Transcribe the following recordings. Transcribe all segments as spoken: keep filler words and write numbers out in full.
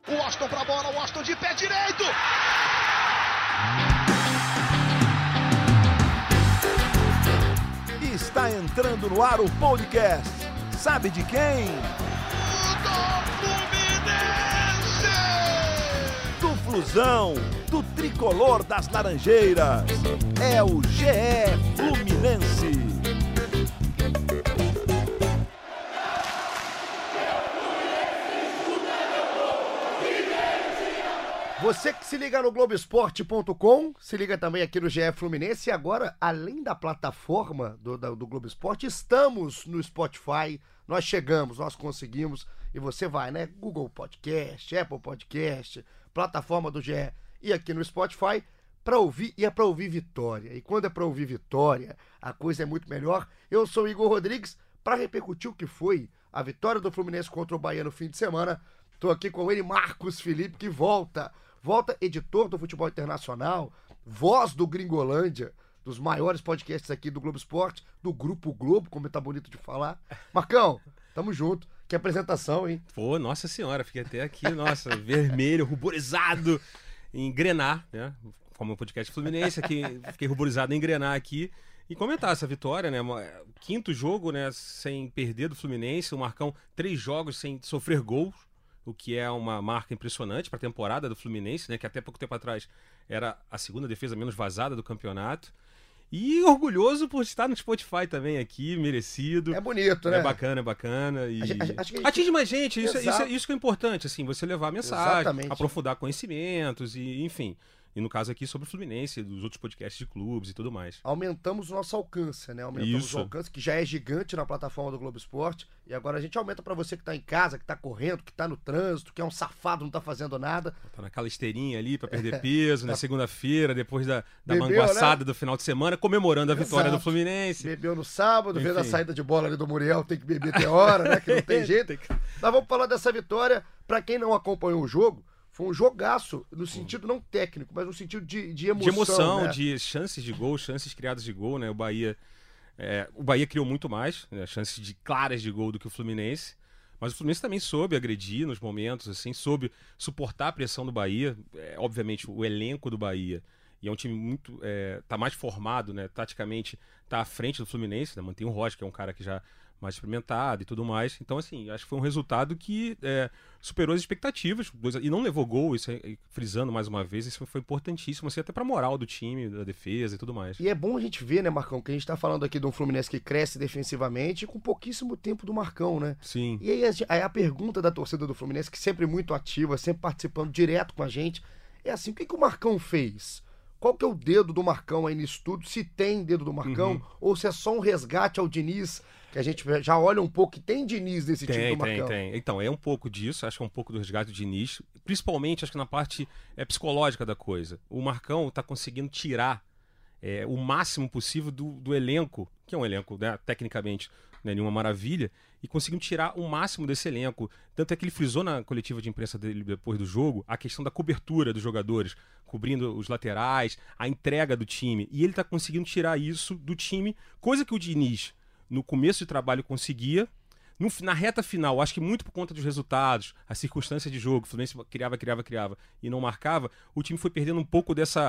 O Washington pra bola, o Washington de pé direito. Está entrando no ar o podcast. Sabe de quem? Do Fluminense! Do Flusão, do tricolor das Laranjeiras. É o G E Fluminense. Você que se liga no Globo Esporte ponto com, se liga também aqui no G E Fluminense. E agora, além da plataforma do, do, do Globo Esporte, estamos no Spotify. Nós chegamos, nós conseguimos. E você vai, né? Google Podcast, Apple Podcast, plataforma do G E e aqui no Spotify para ouvir. E é para ouvir vitória. E quando é para ouvir vitória, a coisa é muito melhor. Eu sou o Igor Rodrigues. Para repercutir o que foi a vitória do Fluminense contra o Bahia no fim de semana, estou aqui com ele, Marcos Felipe, que volta. Volta editor do Futebol Internacional, voz do Gringolândia, dos maiores podcasts aqui do Globo Esporte, do Grupo Globo, como tá bonito de falar. Marcão, tamo junto. Que apresentação, hein? Pô, nossa senhora, fiquei até aqui, nossa, vermelho, ruborizado em engrenar, né? Como o podcast Fluminense, aqui, fiquei ruborizado em engrenar aqui e comentar essa vitória, né? Quinto jogo, né, sem perder do Fluminense, o Marcão, três jogos sem sofrer gols, o que é uma marca impressionante para a temporada do Fluminense, né, que até pouco tempo atrás era a segunda defesa menos vazada do campeonato. E orgulhoso por estar no Spotify também aqui, merecido. É bonito, né? É bacana, é bacana. E... A gente, a gente... atinge mais gente, isso, isso, isso que é importante, assim, você levar a mensagem, Exatamente. Aprofundar conhecimentos, e enfim. E no caso aqui sobre o Fluminense, dos outros podcasts de clubes e tudo mais. Aumentamos o nosso alcance, né? Aumentamos Isso. o alcance, que já é gigante na plataforma do Globo Esporte. E agora a gente aumenta pra você que tá em casa, que tá correndo, que tá no trânsito, que é um safado, não tá fazendo nada. Tá naquela esteirinha ali pra perder peso, na segunda-feira, depois da, da Bebeu, manguaçada, né? do final de semana, comemorando a vitória Exato. do Fluminense. Bebeu no sábado, Enfim. vendo a saída de bola ali do Muriel, tem que beber até hora, né? Que não tem jeito. Tem que- Nós vamos falar dessa vitória. Pra quem não acompanhou o jogo, foi um jogaço, no sentido não técnico, mas no sentido de, de emoção. De emoção, né? de chances de gol, chances criadas de gol, né? O Bahia, é, o Bahia criou muito mais, né? Chances de claras de gol do que o Fluminense. Mas o Fluminense também soube agredir nos momentos, assim, soube suportar a pressão do Bahia. É, obviamente, o elenco do Bahia, e é um time muito, é, tá mais formado, né? Taticamente, tá à frente do Fluminense, né? Mantém o Rocha, que é um cara que já mais experimentado e tudo mais. Então, assim, acho que foi um resultado que é, superou as expectativas e não levou gol, isso aí, frisando mais uma vez, isso foi importantíssimo, assim, até pra moral do time, da defesa e tudo mais. E é bom a gente ver, né, Marcão, que a gente tá falando aqui de um Fluminense que cresce defensivamente com pouquíssimo tempo do Marcão, né? Sim. E aí a, aí a pergunta da torcida do Fluminense, que sempre muito ativa, sempre participando direto com a gente, é assim, o que, que o Marcão fez? Qual que é o dedo do Marcão aí nisso tudo? Se tem dedo do Marcão, Uhum. ou se é só um resgate ao Diniz, que a gente já olha um pouco que tem Diniz nesse time Tem, do tem, Marcão. tem. Então, é um pouco disso, acho que é um pouco do resgate do Diniz, principalmente, acho que na parte é, psicológica da coisa. O Marcão tá conseguindo tirar é, o máximo possível do, do elenco, que é um elenco, né, tecnicamente, não é nenhuma maravilha, e conseguindo tirar o máximo desse elenco. Tanto é que ele frisou na coletiva de imprensa dele depois do jogo a questão da cobertura dos jogadores, cobrindo os laterais, a entrega do time. E ele tá conseguindo tirar isso do time, coisa que o Diniz, no começo de trabalho, conseguia. No, na reta final, acho que muito por conta dos resultados, a circunstância de jogo, o Fluminense criava, criava, criava e não marcava, o time foi perdendo um pouco dessa,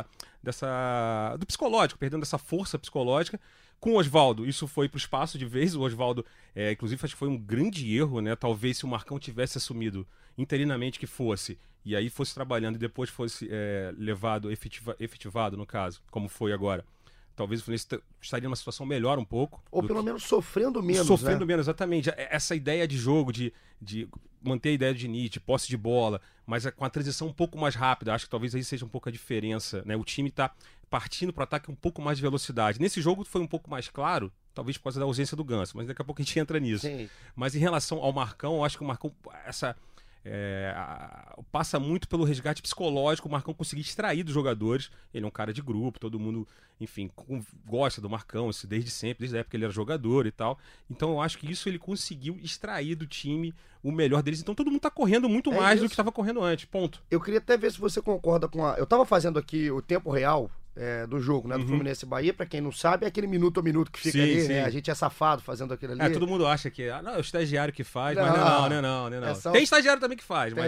dessa do psicológico, perdendo essa força psicológica. Com o Oswaldo, isso foi pro espaço de vez. O Oswaldo, é, inclusive, acho que foi um grande erro, né? Talvez se o Marcão tivesse assumido interinamente que fosse, e aí fosse trabalhando e depois fosse é, levado, efetiva, efetivado, no caso, como foi agora. Talvez o Fluminense estaria numa situação melhor um pouco. Ou do pelo que... menos sofrendo menos, Sofrendo né? menos, exatamente. Essa ideia de jogo, de, de manter a ideia de Diniz, de posse de bola, mas com a transição um pouco mais rápida. Acho que talvez aí seja um pouco a diferença, né? O time está partindo para o ataque com um pouco mais de velocidade. Nesse jogo foi um pouco mais claro, talvez por causa da ausência do Ganso, mas daqui a pouco a gente entra nisso. Sim. Mas em relação ao Marcão, eu acho que o Marcão, essa... É, a, passa muito pelo resgate psicológico, o Marcão conseguir extrair dos jogadores. Ele é um cara de grupo, todo mundo, enfim, com, gosta do Marcão, isso desde sempre, desde a época que ele era jogador e tal. Então eu acho que isso ele conseguiu extrair do time o melhor deles. Então todo mundo tá correndo muito É mais isso. do que estava correndo antes, ponto. Eu queria até ver se você concorda com a... Eu tava fazendo aqui o tempo real é, do jogo, né? Do Uhum. Fluminense e Bahia. Pra quem não sabe, é aquele minuto a minuto que fica Sim, ali, sim. né? A gente é safado fazendo aquilo ali. É, todo mundo acha que ah, não, é o estagiário que faz, Não, mas não, não, não, não, não, não. é só- Tem estagiário também que faz, mas Tem.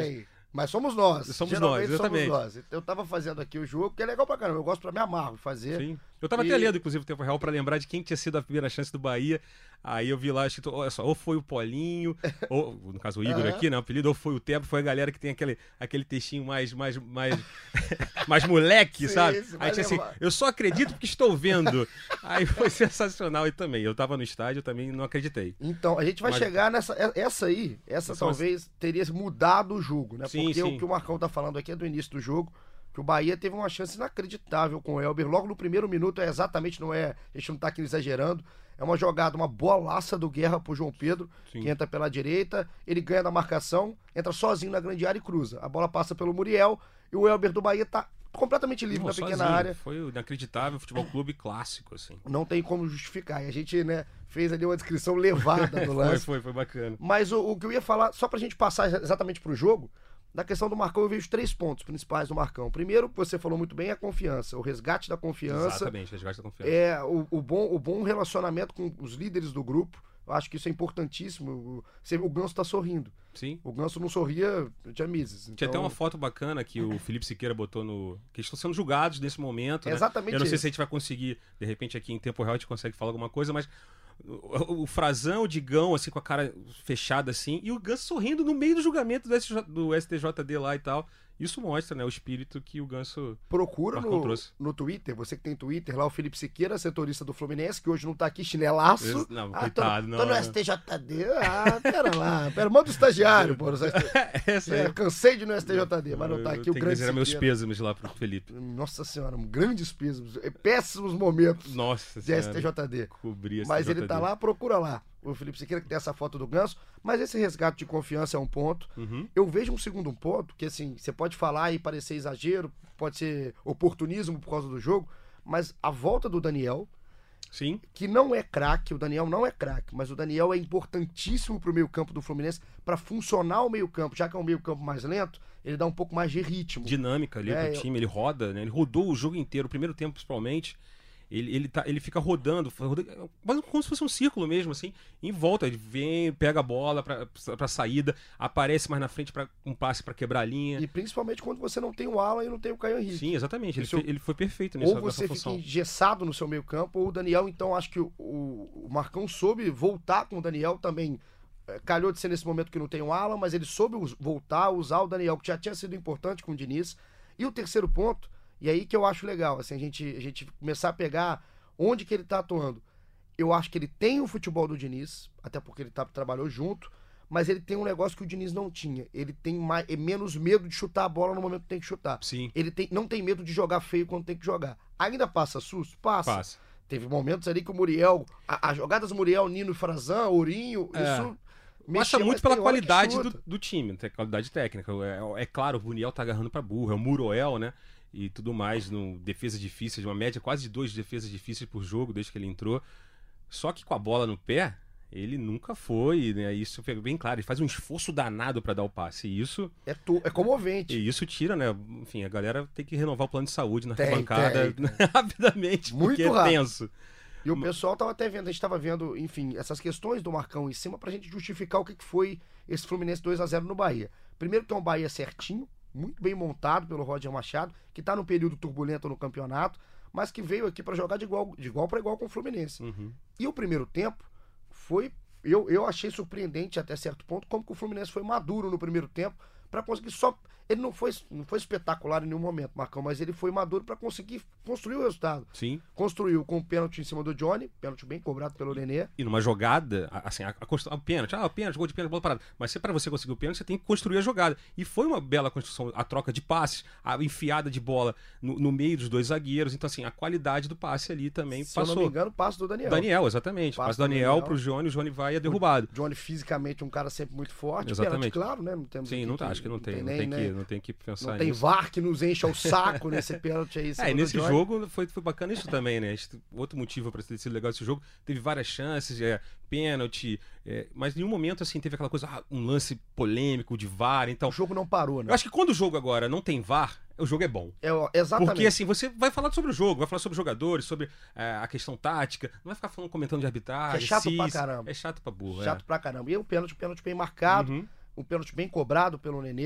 Mas somos nós. Somos Geralmente nós, exatamente. Somos nós. Eu tava fazendo aqui o jogo, que é legal pra caramba. Eu gosto pra me amarro fazer. Sim. Eu tava E- até lendo, inclusive, o tempo real pra lembrar de quem tinha sido a primeira chance do Bahia. Aí eu vi lá, escrito, olha só, ou foi o Polinho, ou, no caso o Igor Aham. aqui, né, o apelido, ou foi o Tempo, foi a galera que tem aquele, aquele textinho mais, mais, mais, mais moleque, Sim, sabe? isso vai Aí tinha assim, levar. eu só acredito porque estou vendo. Aí foi sensacional e também, eu tava no estádio, eu também não acreditei. Então, a gente vai Mas- chegar nessa. Essa aí, essa São as- talvez teria mudado o jogo, né? Sim, Porque sim. o que o Marcão tá falando aqui é do início do jogo. Que o Bahia teve uma chance inacreditável com o Elber. Logo no primeiro minuto, é exatamente, não é. A gente não tá aqui exagerando. É uma jogada, uma bolaça do Guerra pro João Pedro, Sim. que entra pela direita, ele ganha na marcação, entra sozinho na grande área e cruza. A bola passa pelo Muriel e o Elber do Bahia tá completamente livre Não, na pequena sozinho. área. Foi o inacreditável futebol clube clássico, assim. Não tem como justificar. E a gente, né, fez ali uma descrição levada do Foi, lance. foi, foi bacana. Mas o, o que eu ia falar, só pra gente passar exatamente pro jogo, da questão do Marcão, eu vejo três pontos principais do Marcão. Primeiro, você falou muito bem, é a confiança. O resgate da confiança. Exatamente, resgate da confiança. É o, o bom, o bom relacionamento com os líderes do grupo. Eu acho que isso é importantíssimo. O, você- o Ganso tá sorrindo. Sim. O Ganso não sorria, tinha meses. Tinha Então, até uma foto bacana que o Felipe Siqueira botou no. Que eles estão sendo julgados nesse momento. É né? exatamente Eu não sei isso. se a gente vai conseguir, de repente, aqui em tempo real, a gente consegue falar alguma coisa, mas. O, o Frazão, o Digão, assim, com a cara fechada assim, e o Ganso sorrindo no meio do julgamento do, S J do S T J D lá e tal. Isso mostra, né, o espírito que o Ganso. Procura Marcão no, trouxe. no Twitter, você que tem Twitter lá, o Felipe Siqueira, setorista do Fluminense, que hoje não tá aqui, chinelaço. Esse- não, ah, coitado, tô, não, Tô no não. S T J D. Ah, pera lá. Pera, manda o estagiário, pô. no S T J D. Essa aí. É, cansei de ir no S T J D, mas não tá Eu aqui o tenho que grande dizer meus Siqueira. pêsames lá pro Felipe. Nossa senhora, um grandes pesos, é, péssimos momentos Nossa de senhora. S T J D. Cobrir Mas S T J D. ele tá lá, procura lá. O Felipe Siqueira que tem essa foto do Ganso. Mas esse resgate de confiança é um ponto. Uhum. Eu vejo um segundo ponto, que assim, você pode falar e parecer exagero, pode ser oportunismo por causa do jogo, mas a volta do Daniel, Sim. que não é craque, o Daniel não é craque, mas o Daniel é importantíssimo pro meio-campo do Fluminense para funcionar o meio-campo, já que é um meio-campo mais lento, ele dá um pouco mais de ritmo. Dinâmica ali É, pro eu- time, ele roda, né? Ele rodou o jogo inteiro, o primeiro tempo principalmente. Ele, ele, tá, ele fica rodando, rodando, quase como se fosse um círculo mesmo, assim, em volta. Ele vem, pega a bola pra, pra saída, aparece mais na frente para um passe pra quebrar a linha. E principalmente quando você não tem o Alan e não tem o Caio Henrique. Sim, exatamente. Ele, Isso- fe- ele foi perfeito nessa, Ou você nessa fica função. engessado no seu meio campo, ou o Daniel, então acho que o, o- o Marcão soube voltar com o Daniel também. É, calhou de ser nesse momento que não tem o Alan, mas ele soube us- voltar, usar o Daniel, que já tinha sido importante com o Diniz. E o terceiro ponto, e aí que eu acho legal, assim, a gente, a gente começar a pegar onde que ele tá atuando. Eu acho que ele tem o futebol do Diniz, até porque ele tá, trabalhou junto, mas ele tem um negócio que o Diniz não tinha. Ele tem mais, é menos medo de chutar a bola no momento que tem que chutar. Sim, Ele tem, não tem medo de jogar feio quando tem que jogar. Ainda passa susto? Passa. passa. Teve momentos ali que o Muriel, a- as jogadas Muriel, Nino e Frazan, Ourinho, É. isso Passa mexia, muito mas pela tem hora que qualidade chuta. do, do time, tem qualidade técnica. É, é claro, o Buniel tá agarrando pra burro, é o Muroel, né? E tudo mais, no defesa difícil, uma média quase de duas defesas difíceis por jogo desde que ele entrou. Só que com a bola no pé, ele nunca foi, né? Isso fica bem claro. Ele faz um esforço danado pra dar o passe. E isso, É, tu, é comovente. e isso tira, né? Enfim, a galera tem que renovar o plano de saúde na Tem, arquibancada tem, rapidamente, Muito porque é rápido. tenso. E o pessoal tava até vendo, a gente tava vendo, enfim, essas questões do Marcão em cima pra gente justificar o que que foi esse Fluminense dois a zero no Bahia. Primeiro que é um Bahia certinho, muito bem montado pelo Roger Machado, que tá num período turbulento no campeonato, mas que veio aqui pra jogar de igual, de igual para igual com o Fluminense. Uhum. E o primeiro tempo foi, eu, eu achei surpreendente até certo ponto, como que o Fluminense foi maduro no primeiro tempo pra conseguir só... Ele não foi, não foi espetacular em nenhum momento, Marcão, mas ele foi maduro pra conseguir construir o resultado. Sim. Construiu com o pênalti em cima do Johnny, pênalti bem cobrado pelo Nenê. E numa jogada, a- assim, a, a constru- o pênalti, ah, o pênalti, gol de pênalti, bola parada. Mas se para você conseguir o pênalti, você tem que construir a jogada. E foi uma bela construção, a troca de passes, a enfiada de bola no, no meio dos dois zagueiros. Então, assim, a qualidade do passe ali também Se eu não passou. me engano, passo do Daniel. Daniel, exatamente. Passe Passa do do Daniel, Daniel. pro Johnny, o Johnny vai e é derrubado. Johnny fisicamente um cara sempre muito forte. Exatamente. Pênalti, claro, né? Não temos Sim, aqui não tá, acho que não tem, não tem, nem, que, né? não tem que pensar Não tem nisso. V A R que nos encha o saco nesse pênalti aí. em cima É, e do nesse Johnny. jogo foi, foi bacana isso também, né? Este- Outro motivo para ter sido legal esse jogo, teve várias chances, é, pênalti, é, mas em nenhum momento assim teve aquela coisa, ah, um lance polêmico de V A R, então. O jogo não parou, né? Eu acho que quando o jogo agora não tem V A R, o jogo é bom. É, ó, exatamente. Porque assim, você vai falar sobre o jogo, vai falar sobre os jogadores, sobre é, a questão tática, não vai ficar falando, comentando de arbitragem. É chato cis, pra caramba. É chato pra burro, Chato pra caramba. E o pênalti, pênalti bem marcado, Uhum. um pênalti bem cobrado pelo Nenê.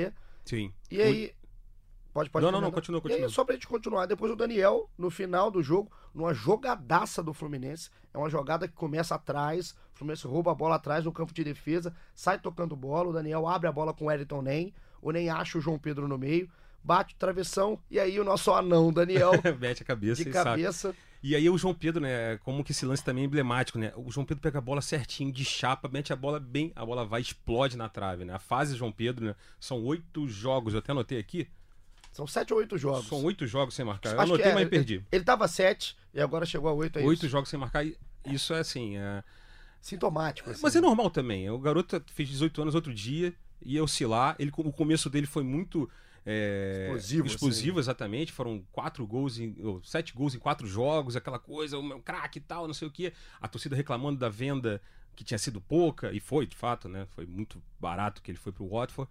Sim. E aí... Pode, pode Não, não, terminar. não, continua, E continua. aí, só pra gente continuar, depois o Daniel, no final do jogo, numa jogadaça do Fluminense, é uma jogada que começa atrás, o Fluminense rouba a bola atrás no campo de defesa, sai tocando bola, o Daniel abre a bola com o Wellington Nem, o Nem acha o João Pedro no meio, bate o travessão, e aí o nosso anão, Daniel, Mete a cabeça de e sabe. cabeça... E aí o João Pedro, né, como que esse lance também é emblemático, né? O João Pedro pega a bola certinho, de chapa, mete a bola bem, a bola vai e explode na trave, né? A fase João Pedro, né, são oito jogos, eu até anotei aqui. São sete ou oito jogos. São oito jogos sem marcar. Eu Acho que anotei, é, mas perdi. Ele, ele tava sete e agora chegou a oito, é Oito isso. jogos sem marcar, e isso é assim... É... Sintomático, assim. Mas é normal também. O garoto fez dezoito anos outro dia, ia oscilar. Ele, o começo dele foi muito... É, Explosivo, explosivo, assim. Exatamente. Foram quatro gols, em, ou sete gols em quatro jogos, aquela coisa, o meu craque e tal, não sei o quê. A torcida reclamando da venda que tinha sido pouca, e foi, de fato, né? Foi muito barato que ele foi pro Watford.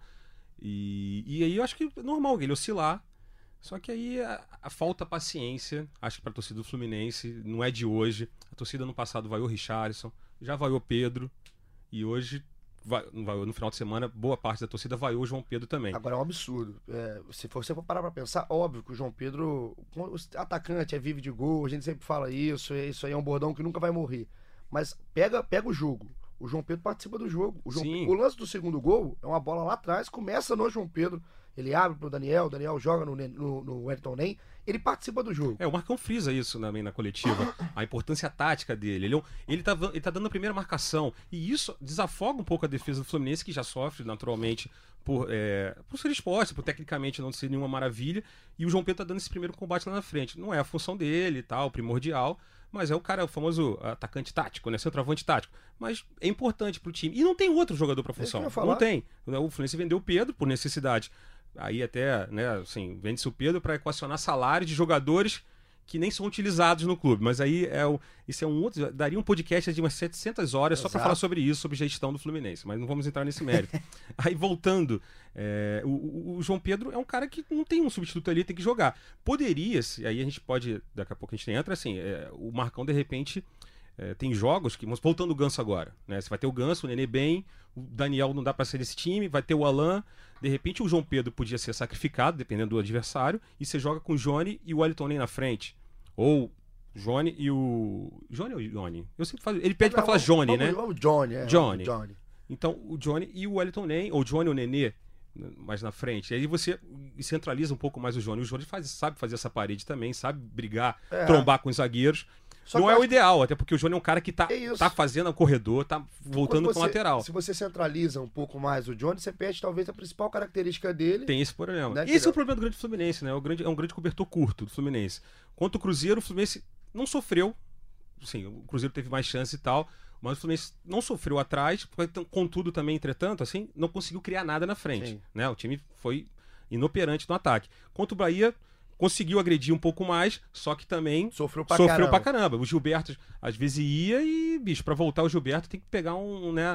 E, e aí eu acho que é normal ele oscilar. Só que aí a, a falta paciência, acho que pra torcida do Fluminense, não é de hoje. A torcida no passado vaiou o Richarlison, já vaiou Pedro, e hoje... Vai, vai, no final de semana, boa parte da torcida vaiou o João Pedro também. Agora é um absurdo. É, se você for parar pra pensar, óbvio que o João Pedro, o atacante, é vive de gol, a gente sempre fala isso, isso aí é um bordão que nunca vai morrer. Mas pega, pega o jogo. O João Pedro participa do jogo. O, João, Sim. o lance do segundo gol é uma bola lá atrás, começa no João Pedro, ele abre pro Daniel, o Daniel joga no, no, no Wellington Nem, ele participa do jogo. É, o Marcão frisa isso também na coletiva, a importância tática dele. Ele, é um- ele, tá, ele tá dando a primeira marcação, e isso desafoga um pouco a defesa do Fluminense, que já sofre naturalmente por, é, por ser exposta, por tecnicamente não ser nenhuma maravilha, e o João Pedro tá dando esse primeiro combate lá na frente. Não é a função dele e tal, primordial, mas é o cara, o famoso atacante tático, né? Centroavante tático. Mas é importante pro time. E não tem outro jogador pra É isso que função. eu ia falar. Não tem. O Fluminense vendeu o Pedro por necessidade. Aí até, né, assim, vende-se o Pedro para equacionar salário de jogadores que nem são utilizados no clube. Mas aí é o, isso é um outro... Daria um podcast de umas setecentas horas só para Exato. falar sobre isso, sobre gestão do Fluminense. Mas não vamos entrar nesse mérito. Aí voltando, é, o, o- o João Pedro é um cara que não tem um substituto ali, tem que jogar. Poderia-se, aí a gente pode, daqui a pouco a gente entra, assim, é, o Marcão de repente... É, tem jogos que, mas voltando o Ganso agora, né? Você vai ter o Ganso, o Nenê bem, o Daniel não dá pra ser desse time, vai ter o Alan, de repente o João Pedro podia ser sacrificado, dependendo do adversário, e você joga com o Johnny e o Wellington Nem na frente. Ou o Johnny e o... Johnny ou Johnny? Eu sempre falo... Ele pede pra Não, falar Johnny, vamos- né? vamos Johnny, é. Johnny. Johnny. Então, o Johnny e o Wellington Nem, ou o Johnny ou o Nenê, mais na frente. E aí você centraliza um pouco mais o Johnny. O Johnny faz, sabe fazer essa parede também, sabe brigar, É. trombar com os zagueiros. Só Não que é eu o acho ideal, até porque o Johnny é um cara que tá, É isso. tá fazendo o corredor, tá voltando Quando com o você- lateral. Se você centraliza um pouco mais o Johnny, você perde talvez a principal característica dele. Tem esse problema. Né, Esse que- é o problema do grande Fluminense, né? O grande, é um grande cobertor curto do Fluminense. Quanto o Cruzeiro, o Fluminense não sofreu. Sim, o Cruzeiro teve mais chance e tal, mas o Fluminense não sofreu atrás, então, contudo também, entretanto, assim, não conseguiu criar nada na frente. Sim. Né? O time foi inoperante no ataque. Contra o Bahia, conseguiu agredir um pouco mais, só que também Sofreu pra sofreu caramba. pra caramba. O Gilberto, às vezes, ia e, bicho, pra voltar o Gilberto tem que pegar um, né,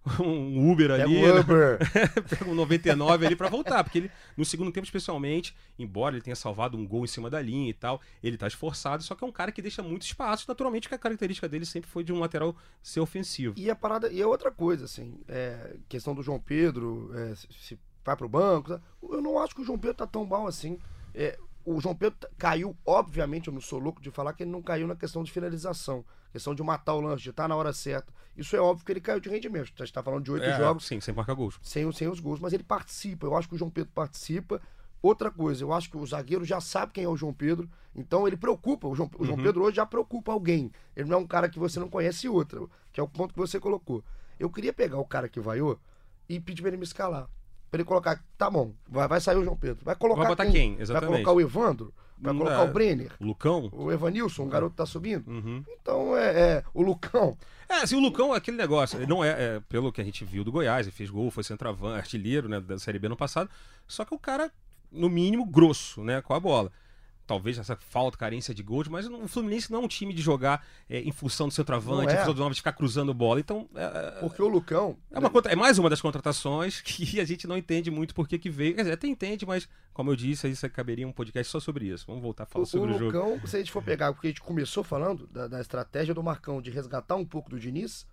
um Uber Pega ali, o né? Uber. Pega um noventa e nove ali pra voltar, porque ele, no segundo tempo especialmente, embora ele tenha salvado um gol em cima da linha e tal, ele tá esforçado, só que é um cara que deixa muito espaço, naturalmente que a característica dele sempre foi de um lateral ser ofensivo. E a parada, e é outra coisa, assim, é, questão do João Pedro, é, se, se vai pro banco, tá? Eu não acho que o João Pedro tá tão mal assim. É, o João Pedro tá- caiu, obviamente, eu não sou louco de falar que ele não caiu na questão de finalização, questão de matar o lance, de estar na hora certa. Isso é óbvio que ele caiu de rendimento. A gente tá falando de oito É, jogos sim, sem marcar gols. sem, os- sem os gols, mas ele participa. Eu acho que o João Pedro participa. Outra coisa, eu acho que o zagueiro já sabe quem é o João Pedro, então ele preocupa. O João, o João Uhum. Pedro hoje já preocupa alguém. Ele não é um cara que você não conhece outra, que é o ponto que você colocou. Eu queria pegar o cara que vaiou e pedir pra ele me escalar. Pra ele colocar, tá bom, vai, vai sair o João Pedro. Vai colocar Vai botar quem? Vai Exatamente. colocar o Evandro? Vai Não colocar dá. o Brenner? O Lucão? O Evanilson, um garoto que tá subindo? Uhum. Então é, é o Lucão. É, assim, o Lucão é aquele negócio, ele não é, é, pelo que a gente viu do Goiás, ele fez gol, foi centroavante, artilheiro, né, da Série B no passado, só que o cara, no mínimo, grosso, né, com a bola. Talvez essa falta, carência de gols, mas o Fluminense não é um time de jogar é, em função do centroavante, Não é. em função do nome de ficar cruzando bola, então... É, Porque o Lucão. é, uma contra- é mais uma das contratações que a gente não entende muito por que que veio. Quer dizer, até entende, mas, como eu disse, aí isso caberia um podcast só sobre isso. Vamos voltar a falar O, sobre o o jogo. Lucão, se a gente for pegar, porque a gente começou falando da, da estratégia do Marcão de resgatar um pouco do Diniz,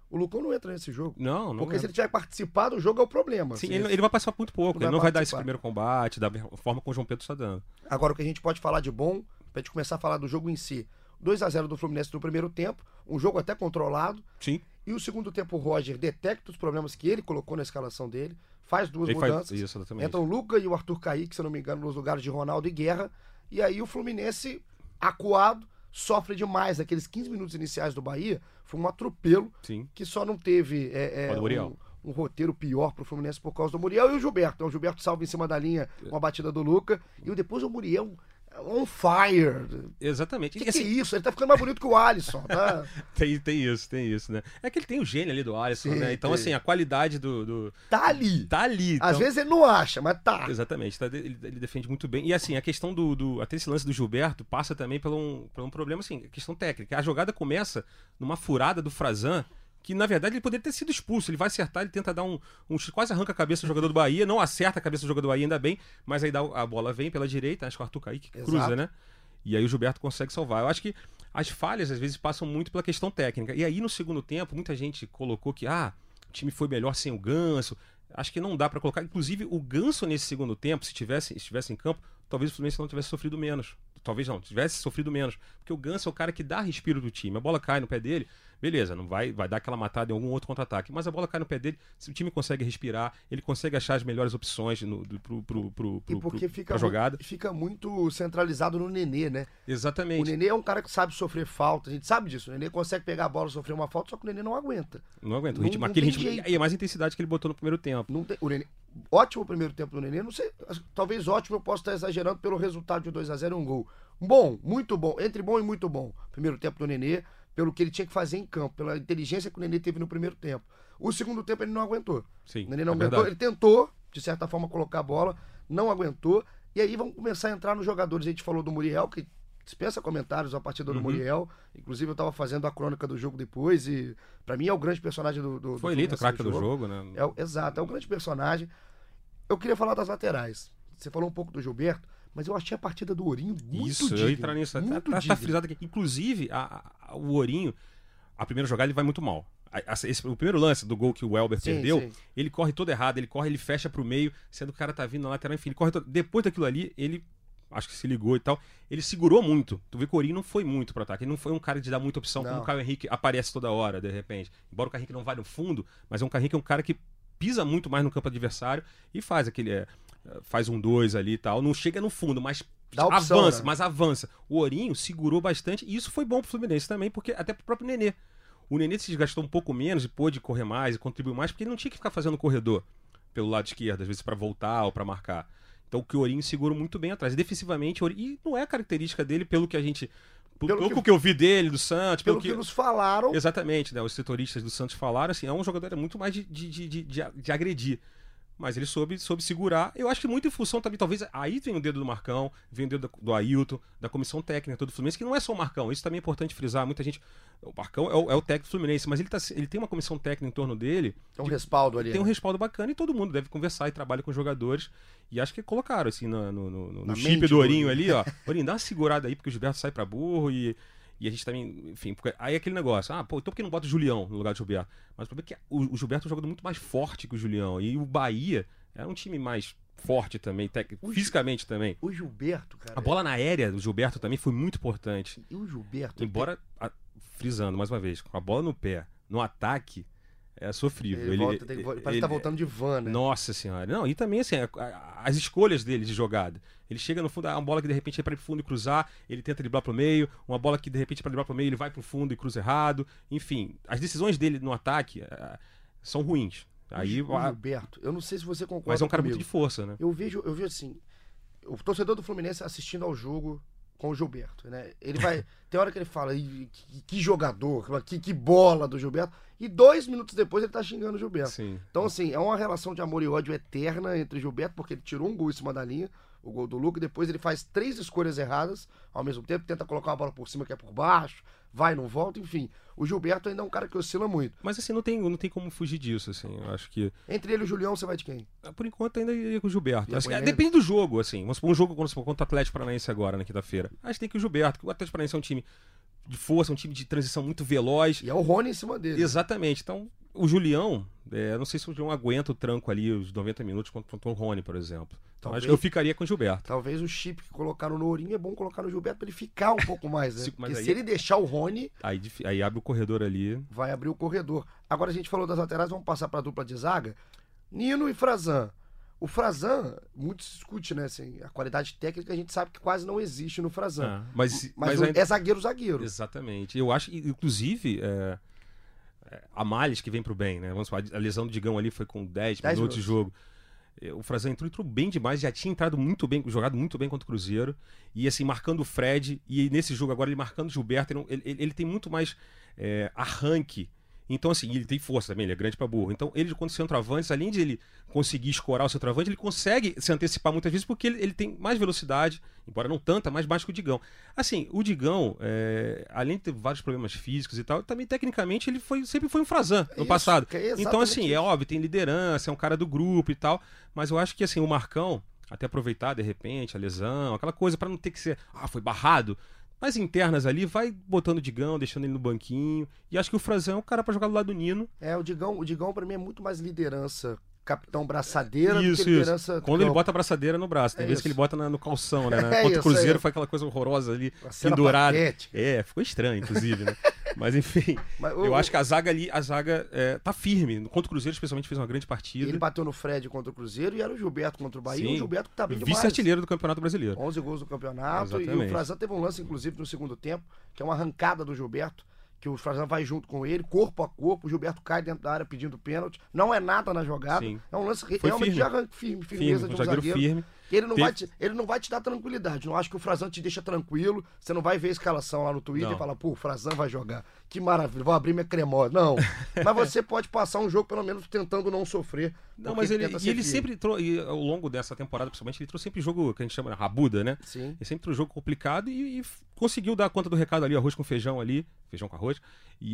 O Lucão não entra nesse jogo. Não, não. Porque é. se ele tiver participado, o jogo é o problema. Sim, assim, ele, esse- ele vai passar muito pouco. Não vai Ele não vai dar esse participar. primeiro combate da forma como o João Pedro está dando. Agora, o que a gente pode falar de bom, pra gente começar a falar do jogo em si. dois a zero do Fluminense no primeiro tempo, um jogo até controlado. Sim. E o segundo tempo, o Roger detecta os problemas que ele colocou na escalação dele, faz duas Ele mudanças. faz isso, exatamente. Entram o Luca e o Arthur Caíque, se eu não me engano, nos lugares de Ronaldo e Guerra. E aí o Fluminense, acuado, sofre demais. Aqueles quinze minutos iniciais do Bahia, foi um atropelo Sim. que só não teve é, é, Ó, do Muriel. um, um roteiro pior pro Fluminense por causa do Muriel e o Gilberto. Então, o Gilberto salva em cima da linha uma batida do Luca. E depois o Muriel on fire. Exatamente. Que, E, assim, que é isso? Ele tá ficando mais bonito que o Alisson, tá? tem, tem isso, tem isso, né? É que ele tem o gênio ali do Alisson, Sim, né? Então, tem. assim, a qualidade do. do... Tá ali. Tá ali. Às então- vezes ele não acha, mas tá. Exatamente, tá- ele, ele defende muito bem. E assim, a questão do, do- Até esse lance do Gilberto passa também por um, por um problema, assim, a questão técnica. A jogada começa numa furada do Frazan, que na verdade ele poderia ter sido expulso. Ele vai acertar, ele tenta dar um. um chute, quase arranca a cabeça do jogador do Bahia, não acerta a cabeça do jogador do Bahia, ainda bem, mas aí dá, a bola vem pela direita, acho que o Arthur Caíque que cruza, Exato. né? E aí o Gilberto consegue salvar. Eu acho que as falhas às vezes passam muito pela questão técnica. E aí no segundo tempo, muita gente colocou que ah, o time foi melhor sem o Ganso. Acho que não dá pra colocar. Inclusive, o Ganso nesse segundo tempo, se tivesse, se estivesse em campo, talvez o Fluminense não tivesse sofrido menos. Talvez não, tivesse sofrido menos. Porque o Ganso é o cara que dá respiro do time. A bola cai no pé dele, beleza, não vai, vai dar aquela matada em algum outro contra-ataque. Mas a bola cai no pé dele, se o time consegue respirar, ele consegue achar as melhores opções no, do, pro, pro, pro, E pro, porque pro, fica, pra jogada. mu- fica muito centralizado no Nenê, né? O Exatamente. Nenê é um cara que sabe sofrer falta, a gente sabe disso. O Nenê consegue pegar a bola e sofrer uma falta, só que o Nenê não aguenta. Não aguento. O Não- ritmo, não aquele tem ritmo. jeito. E é mais intensidade que ele botou no primeiro tempo. Não tem, o Nenê, ótimo o primeiro tempo do Nenê, não sei, talvez ótimo, eu posso estar exagerando pelo resultado de dois a zero e um gol. Bom, muito bom, entre bom e muito bom. Primeiro tempo do Nenê, pelo que ele tinha que fazer em campo, pela inteligência que o Nenê teve no primeiro tempo. O segundo tempo ele não aguentou. Sim. O Nenê não é aguentou, verdade. ele tentou, de certa forma, colocar a bola, não aguentou. E aí vamos começar a entrar nos jogadores. A gente falou do Muriel, que dispensa comentários a partida do Uhum. Muriel. Inclusive eu tava fazendo a crônica do jogo depois e pra mim é o grande personagem do, do Foi do eleito o Fluminense craque do jogo, né? É, o- exato, é o grande personagem. Eu queria falar das laterais. Você falou um pouco do Gilberto, mas eu achei a partida do Ourinho muito Isso, digna. eu ia entrar nisso. Tá, muito tá, tá digna. frisado aqui. Inclusive, a- a- o Ourinho, a primeira jogada ele vai muito mal. A- a- esse- o primeiro lance do gol que o Elber Sim, perdeu, sim. ele corre todo errado, ele corre, ele fecha pro meio, sendo que o cara tá vindo na lateral, enfim, ele corre todo... Depois daquilo ali, ele acho que se ligou e tal, ele segurou muito. Tu vê que o Ourinho não foi muito pro ataque, ele não foi um cara de dar muita opção, Não. como o Caio Henrique aparece toda hora, de repente. Embora o Caio Henrique não vá no fundo, mas é um Caio Henrique é um cara que pisa muito mais no campo adversário e faz aquele... é, faz um dois ali e tal, não chega no fundo, mas Dá opção, avança, né? mas avança. O Ourinho segurou bastante e isso foi bom pro Fluminense também, porque até pro próprio Nenê. O Nenê se desgastou um pouco menos e pôde correr mais e contribuir mais, porque ele não tinha que ficar fazendo corredor pelo lado esquerdo, às vezes pra voltar ou pra marcar. Então o que o Ourinho segurou muito bem atrás. E defensivamente, o Ourinho, e não é característica dele pelo que a gente... Pelo, Pelo pelo que- que eu vi dele, do Santos, Pelo pelo, que nos falaram, Exatamente, né? Os setoristas do Santos falaram assim, é um jogador muito mais de, de, de, de, de- de agredir. Mas ele soube, soube segurar. Eu acho que muito em função também, talvez, aí vem o dedo do Marcão, vem o dedo do, do Ailton, da comissão técnica do Fluminense, que não é só o Marcão, isso também é importante frisar. Muita gente. O Marcão é o, é o técnico do Fluminense, mas ele, tá, ele tem uma comissão técnica em torno dele. tem um respaldo ali. Tem um né? respaldo bacana e todo mundo deve conversar e trabalha com os jogadores. E acho que colocaram, assim, no, no, no, no Na chip mente do do Ourinho Ourinho. ali, ó. Ourinho, dá uma segurada aí, porque o Gilberto sai pra burro e. E a gente também, enfim, porque aí é aquele negócio, ah, pô, então por que não bota o Julião no lugar do Gilberto? Mas o problema é que o, o Gilberto é um jogador muito mais forte que o Julião. E o Bahia é um time mais forte também, tec- O Gil- fisicamente também. O Gilberto, cara. A bola na aérea do Gilberto também foi muito importante. E o Gilberto. Embora, a- frisando mais uma vez, com a bola no pé, no ataque, é sofrível. Ele, volta, tem que vo- parece que tá voltando de van, né? Nossa senhora. Não, e também assim, a- a- as escolhas dele de jogada. Ele chega no fundo, é uma bola que de repente é para ir pro fundo e cruzar, ele tenta driblar pro meio, uma bola que de repente para driblar pro meio, ele vai pro fundo e cruza errado. Enfim, as decisões dele no ataque eh, são ruins. Aí, o a- Gilberto, eu não sei se você concorda mas é um cara comigo. muito de força, né? Eu vejo, eu vejo assim, o torcedor do Fluminense assistindo ao jogo com o Gilberto, né? Ele vai, tem hora que ele fala, "Ih, que, que jogador, que, que bola do Gilberto", e dois minutos depois ele tá xingando o Gilberto. Sim. Então, assim, é uma relação de amor e ódio eterna entre Gilberto, porque ele tirou um gol em cima da linha. o gol do Luca, depois ele faz três escolhas erradas ao mesmo tempo, tenta colocar uma bola por cima que é por baixo, vai, não volta, enfim. O Gilberto ainda é um cara que oscila muito. Mas assim, não tem, não tem como fugir disso, assim, eu acho que... Entre ele e o Julião, você vai de quem? Por enquanto ainda iria com o Gilberto. Assim, Apanha depende do jogo, assim. Vamos supor um jogo contra o Atlético Paranaense agora, na quinta-feira. Acho que tem que ir o Gilberto, porque o Atlético Paranaense é um time de força, um time de transição muito veloz. E é o Rony em cima dele. Exatamente. Então, o Julião, é, não sei se o Julião aguenta o tranco ali, os noventa minutos contra, contra o Rony, por exemplo. Então, Talvez- acho que eu ficaria com o Gilberto. Talvez o chip que colocaram no Ourinho é bom colocar no Gilberto pra ele ficar um pouco mais, né? Se- mas Porque aí- se ele deixar o Rony, Aí, dif- aí abre o corredor ali. vai abrir o corredor. Agora a gente falou das laterais, vamos passar pra dupla de zaga. Nino e Frazan. O Frazan, muito se discute, né? Assim, a qualidade técnica a gente sabe que quase não existe no Frazan. Ah, mas Mas, mas o- ainda- é zagueiro-zagueiro. Exatamente. Eu acho, que, inclusive, é, é, a Males que vem pro bem, né? Vamos falar, a lesão do Digão ali foi com dez dez minutos de minutos. jogo. É, O Frazan entrou, entrou bem demais, já tinha entrado muito bem, jogado muito bem contra o Cruzeiro. E assim, marcando o Fred. E nesse jogo agora, ele marcando o Gilberto, ele, não- ele- ele- ele tem muito mais é, arranque. Então, assim, ele tem força também, ele é grande pra burro. Então, ele, quando centroavante, além de ele conseguir escorar o centroavante, ele consegue se antecipar muitas vezes porque ele, ele tem mais velocidade, embora não tanta, mais baixo que o Digão. Assim, o Digão, é, além de ter vários problemas físicos e tal, também tecnicamente ele foi, sempre foi um Frazan no Isso, passado. que é exatamente Então, assim, é isso. óbvio, tem liderança, é um cara do grupo e tal, mas eu acho que, assim, o Marcão, até aproveitar, de repente, a lesão, aquela coisa pra não ter que ser, ah, foi barrado. Mas internas ali, vai botando o Digão, deixando ele no banquinho. E acho que o Frazan é um cara pra jogar do lado do Nino. É, o Digão, o Digão pra mim é muito mais liderança, capitão braçadeira Isso, do que isso. liderança Quando ele campo. bota a braçadeira no braço. Tem É vezes que isso. ele bota na- no calção, né? Na- É Contra isso, o Cruzeiro é. foi aquela coisa horrorosa ali, Uma cena pendurada. patética. É, ficou estranho, inclusive, né? Mas enfim, Mas o- eu o- acho que a zaga ali, a zaga é, tá firme. Contra o Cruzeiro, especialmente, fez uma grande partida. Ele bateu no Fred contra o Cruzeiro e era o Gilberto contra o Bahia. Sim. O Gilberto que tá bem demais. Vice-artilheiro do Campeonato Brasileiro. onze gols no campeonato. E Exatamente. o Frazan teve um lance, inclusive, no segundo tempo, que é uma arrancada do Gilberto, que o Frazan vai junto com ele, corpo a corpo, o Gilberto cai dentro da área pedindo pênalti. Não é nada na jogada. Sim. É um lance re- Foi realmente firme. de arranque firme, firmeza Firme, de um um zagueiro zagueiro. firme. Ele não, Teve- vai te, ele não vai te dar tranquilidade. Não acho que o Frazan te deixa tranquilo. Você não vai ver a escalação lá no Twitter Não. e falar, pô, o Frazan vai jogar. Que maravilha, vou abrir minha cremosa. Não. Mas você pode passar um jogo, pelo menos, tentando não sofrer. Não, porque mas ele, tenta e ser ele firme. sempre trouxe, e ao longo dessa temporada, principalmente, ele trouxe sempre jogo que a gente chama de rabuda, né? Sim. Ele sempre trouxe jogo complicado e, e f- conseguiu dar conta do recado ali, arroz com feijão ali, feijão com arroz.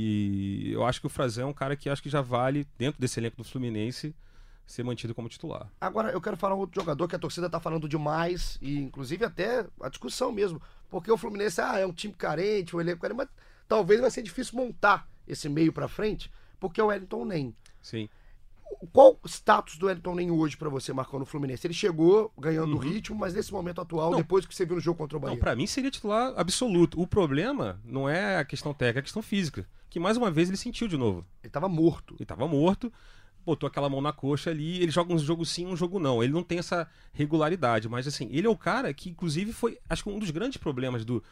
E eu acho que o Frazan é um cara que acho que já vale, dentro desse elenco do Fluminense, ser mantido como titular. Agora, eu quero falar um outro jogador que a torcida tá falando demais, e inclusive até a discussão mesmo. Porque o Fluminense, ah, é um time carente, o elenco carente, mas talvez vai ser difícil montar esse meio pra frente, porque é o Wellington Nem. Sim. Qual o status do Wellington Nem hoje pra você, Marcão, no Fluminense? Ele chegou ganhando o ritmo, mas nesse momento atual, Não. depois que você viu no jogo contra o Bahia. Não, pra mim seria titular absoluto. O problema não é a questão técnica, é a questão física. Que mais uma vez ele sentiu de novo. Ele tava morto. Ele tava morto, botou aquela mão na coxa ali, ele joga um jogo sim, um jogo não. Ele não tem essa regularidade, mas assim, ele é o cara que, inclusive, foi, acho que um dos grandes problemas do,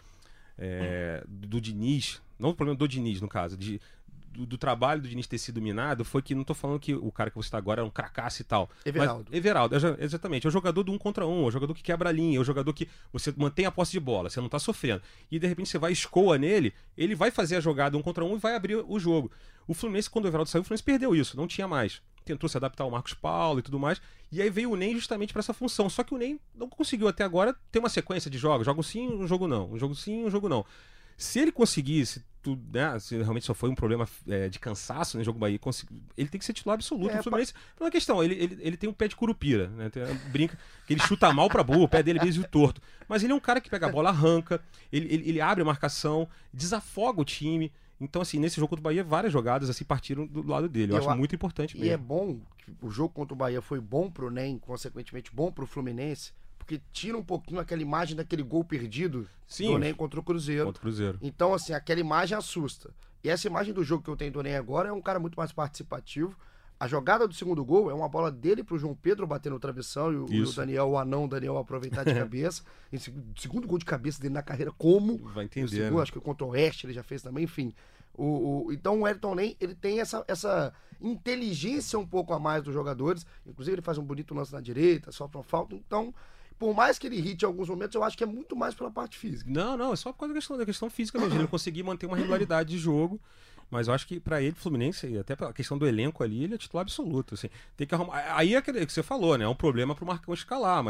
é, do Diniz, não o problema do Diniz, no caso, de, do, do trabalho do Diniz ter sido minado, foi que, não tô falando que o cara que você está agora é um cracaço e tal. Everaldo. Mas, Everaldo, é, exatamente. É o jogador do um contra um, é o jogador que quebra a linha, é o jogador que você mantém a posse de bola, você não tá sofrendo. E de repente você vai e escoa nele, ele vai fazer a jogada um contra um e vai abrir o jogo. O Fluminense, quando o Everaldo saiu, o Fluminense perdeu isso, não tinha mais. Tentou se adaptar ao Marcos Paulo e tudo mais. E aí veio o Ney justamente para essa função. Só que o Ney não conseguiu até agora ter uma sequência de jogos. Jogo sim, um jogo não. Um jogo sim, um jogo não. Se ele conseguisse, tudo, né, se realmente só foi um problema é, de cansaço no jogo Bahia, consegui- ele tem que ser titular absoluto. É, O Fluminense, não é questão, ele, ele, ele tem um pé de curupira, né? Tem, brinca que ele chuta mal pra boa, o pé dele é meio torto. Mas ele é um cara que pega a bola, arranca, ele, ele, ele abre a marcação, desafoga o time. Então, assim, nesse jogo contra o Bahia, várias jogadas assim partiram do lado dele. Eu, Eu acho a- muito importante E mesmo. é bom que o jogo contra o Bahia foi bom pro Nem, consequentemente bom pro Fluminense, porque tira um pouquinho aquela imagem daquele gol perdido Sim, do Nem contra o Cruzeiro. Contra o Cruzeiro. Então, assim, aquela imagem assusta. E essa imagem do jogo que eu tenho do Nem agora é um cara muito mais participativo. A jogada do segundo gol é uma bola dele pro João Pedro bater no travessão e o, e o Isso. Daniel, o anão Daniel, aproveitar de cabeça. E seg- segundo gol de cabeça dele na carreira, como? Vai O entender, segundo, né? acho que contra o Oeste ele já fez também, enfim. O, o- então o Wellington Nem, ele tem essa, essa inteligência um pouco a mais dos jogadores. Inclusive ele faz um bonito lance na direita, sofre uma falta. Então, por mais que ele irrite em alguns momentos, eu acho que é muito mais pela parte física. Não, não, é só por causa da questão, da questão física mesmo. Ele não conseguir manter uma regularidade de jogo. Mas eu acho que pra ele, Fluminense, e até pela questão do elenco ali, ele é titular absoluto. Assim. Tem que arrumar. Aí é aquele que você falou, né? É um problema pro Marcão escalar, mas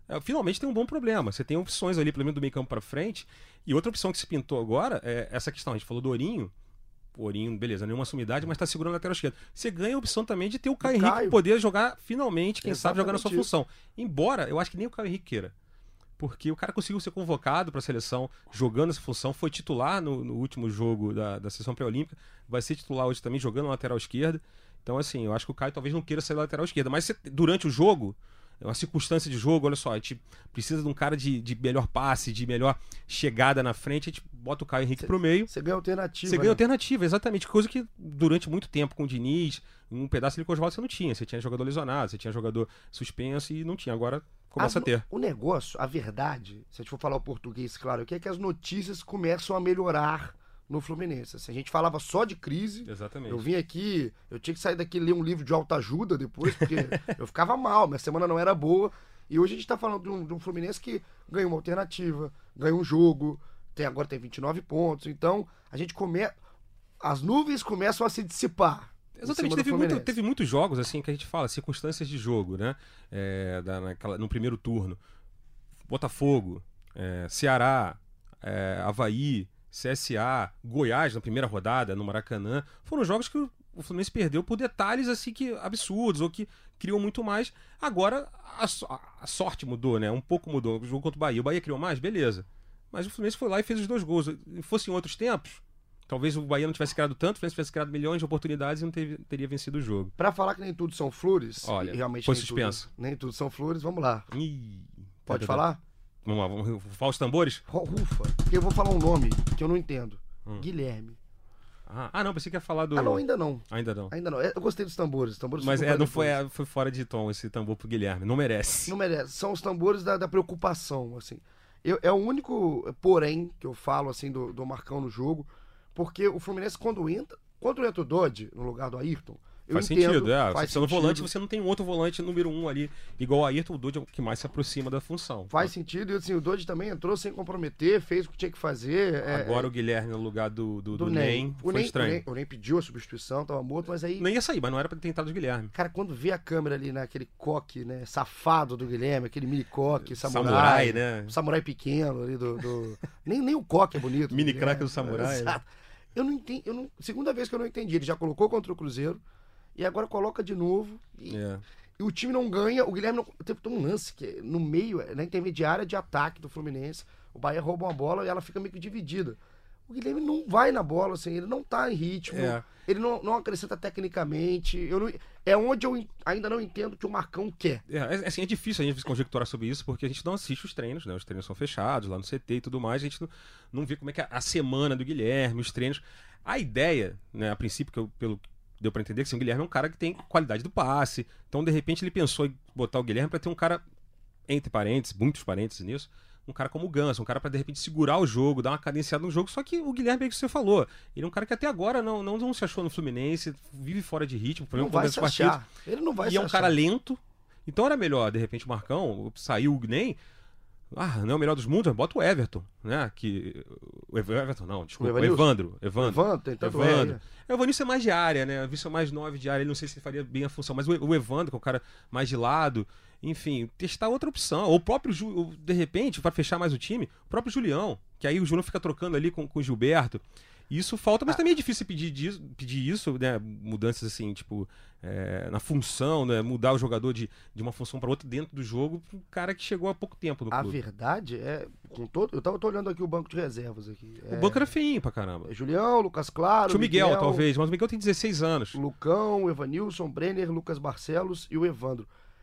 é, finalmente tem um bom problema. Você tem opções ali, pelo menos do meio campo para frente. E outra opção que se pintou agora é essa questão. A gente falou do Ourinho. O Ourinho, beleza, nenhuma sumidade, mas está segurando a lateral esquerda. Você ganha a opção também de ter o Caio Henrique Caio. poder jogar finalmente, quem sabe, Exatamente jogar na sua isso. função. Embora eu acho que nem o Caio Henrique queira. Porque o cara conseguiu ser convocado para a seleção jogando essa função, foi titular no, no último jogo da, da seleção pré-olímpica, vai ser titular hoje também jogando na lateral esquerda. Então, assim, eu acho que o Caio talvez não queira sair da lateral esquerda, mas você, durante o jogo, uma circunstância de jogo, olha só, a gente precisa de um cara de, de melhor passe, de melhor chegada na frente, a gente bota o Caio Henrique Cê- pro meio. Você ganha alternativa. Você ganha né? alternativa, exatamente. Coisa que durante muito tempo com o Diniz, um pedaço ali com o Oswaldo você não tinha. Você tinha jogador lesionado, você tinha jogador suspenso e não tinha. Agora começa As a ter. no- O negócio, a verdade, se a gente for falar o português, claro, aqui é que as notícias começam a melhorar no Fluminense. Assim, a gente falava só de crise. Exatamente. Eu vim aqui, eu tinha que sair daqui e ler um livro de autoajuda depois, porque eu ficava mal, minha semana não era boa. E hoje a gente tá falando de um, de um Fluminense que ganhou uma alternativa, ganhou um jogo, tem, agora tem vinte e nove pontos. Então, a gente começa. As nuvens começam a se dissipar. em cima Exatamente, do teve, muito, Fluminense. teve muitos jogos assim que a gente fala, circunstâncias de jogo, né? É, da, naquela, no primeiro turno. Botafogo, é, Ceará, é, Avaí, C S A, Goiás na primeira rodada, no Maracanã. Foram jogos que o, o Fluminense perdeu por detalhes assim que absurdos, ou que criou muito mais. Agora a, so- a sorte mudou, né? Um pouco mudou. O jogo contra o Bahia. O Bahia criou mais? Beleza. Mas o Fluminense foi lá e fez os dois gols. Se fosse em outros tempos, talvez o Bahia não tivesse criado tanto, o Fluminense tivesse criado milhões de oportunidades e não teve- teria vencido o jogo. Pra falar que nem tudo são flores, Olha, e realmente foi nem suspenso. Tudo, nem tudo são flores, vamos lá. Ih, Pode tá, tá, falar? tá. Vamos lá, vamos rufar os tambores? Ru- Rufa, porque eu vou falar um nome que eu não entendo. Hum. Guilherme. Ah, ah, não, pensei que ia falar do. Ah, não, ainda não. Ainda não. Ainda não. É, Eu gostei dos tambores. Os tambores Mas ficam é, pra não foi, depois. é, foi fora de tom esse tambor pro Guilherme. Não merece. Não merece. São os tambores da, da preocupação, assim. Eu, é o único porém que eu falo, assim, do, do Marcão no jogo, porque o Fluminense, quando entra, quando entra o Dodge no lugar do Ayrton, eu Faz entendo, sentido, é. faz Você no sentido. volante, você não tem um outro volante número um ali, igual o Ayrton, o Dodge é o que mais se aproxima da função. Faz sentido, e assim, o Dodge também entrou sem comprometer, fez o que tinha que fazer. é, Agora o Guilherme no lugar do, do, do, do Nem. Nem, O foi Nem, estranho. O Nem, o Nem pediu a substituição, tava morto, mas aí... Nem ia sair, mas não era pra ter tentado o Guilherme. Cara, quando vê a câmera ali naquele coque, né, safado do Guilherme, aquele mini coque, samurai, Samurai, né? um samurai pequeno ali do... do- Nem, nem o coque é bonito. Mini do craque Guilherme. do samurai, né? Exato. Eu não entendi, eu não... segunda vez que eu não entendi, ele já colocou contra o Cruzeiro e agora coloca de novo e, É. e o time não ganha, o Guilherme não... Teve um lance que é no meio, é na intermediária de ataque do Fluminense, o Bahia rouba uma bola e ela fica meio que dividida. O Guilherme não vai na bola, assim, ele não tá em ritmo, É. ele não, não acrescenta tecnicamente. Eu não- é onde eu en- ainda não entendo o que o Marcão quer. É, é, assim, é difícil a gente conjecturar sobre isso, porque a gente não assiste os treinos, né? Os treinos são fechados lá no C T e tudo mais, a gente não, não vê como é que é a semana do Guilherme, os treinos. A ideia, né, a princípio, que eu, pelo que deu pra entender, que assim, o Guilherme é um cara que tem qualidade do passe, então de repente ele pensou em botar o Guilherme pra ter um cara, entre parênteses, muitos parênteses nisso, um cara como o Ganso, um cara pra de repente segurar o jogo, dar uma cadenciada no jogo, só que o Guilherme é o que você falou, ele é um cara que até agora não, não, não se achou no Fluminense, vive fora de ritmo, por Não exemplo, vai começo se dos partidos. achar. Ele não vai E se é um achar. cara lento. Então era melhor, de repente, o Marcão, saiu o nem. Ah, não é o melhor dos mundos, mas bota o Everton, né? Que, o Ev- Everton, não, desculpa, O o Evanilson? Evandro. Evandro. Evandro, tem tanto Evandro. R. É, o Evanilson é mais de área, né? O Evanilson é mais nove de área, ele não sei se ele faria bem a função, mas o, o Evandro, que é o cara mais de lado, enfim, testar outra opção. Ou o próprio, Ju, ou, de repente, para fechar mais o time, o próprio Julião, que aí o Julião fica trocando ali com, com o Gilberto. Isso falta, mas também é difícil pedir, disso, pedir isso, né? Mudanças assim, tipo, é, na função, né? Mudar o jogador de, de uma função para outra dentro do jogo, pro cara que chegou há pouco tempo no A clube. verdade é, com todo, eu tava tô olhando aqui o banco de reservas aqui. O É, banco era feinho pra caramba. é Julião, Lucas Claro, Tinha o Miguel, talvez, mas o Miguel tem dezesseis anos. Lucão, Evanilson, Brenner, Lucas Barcelos e o Evandro.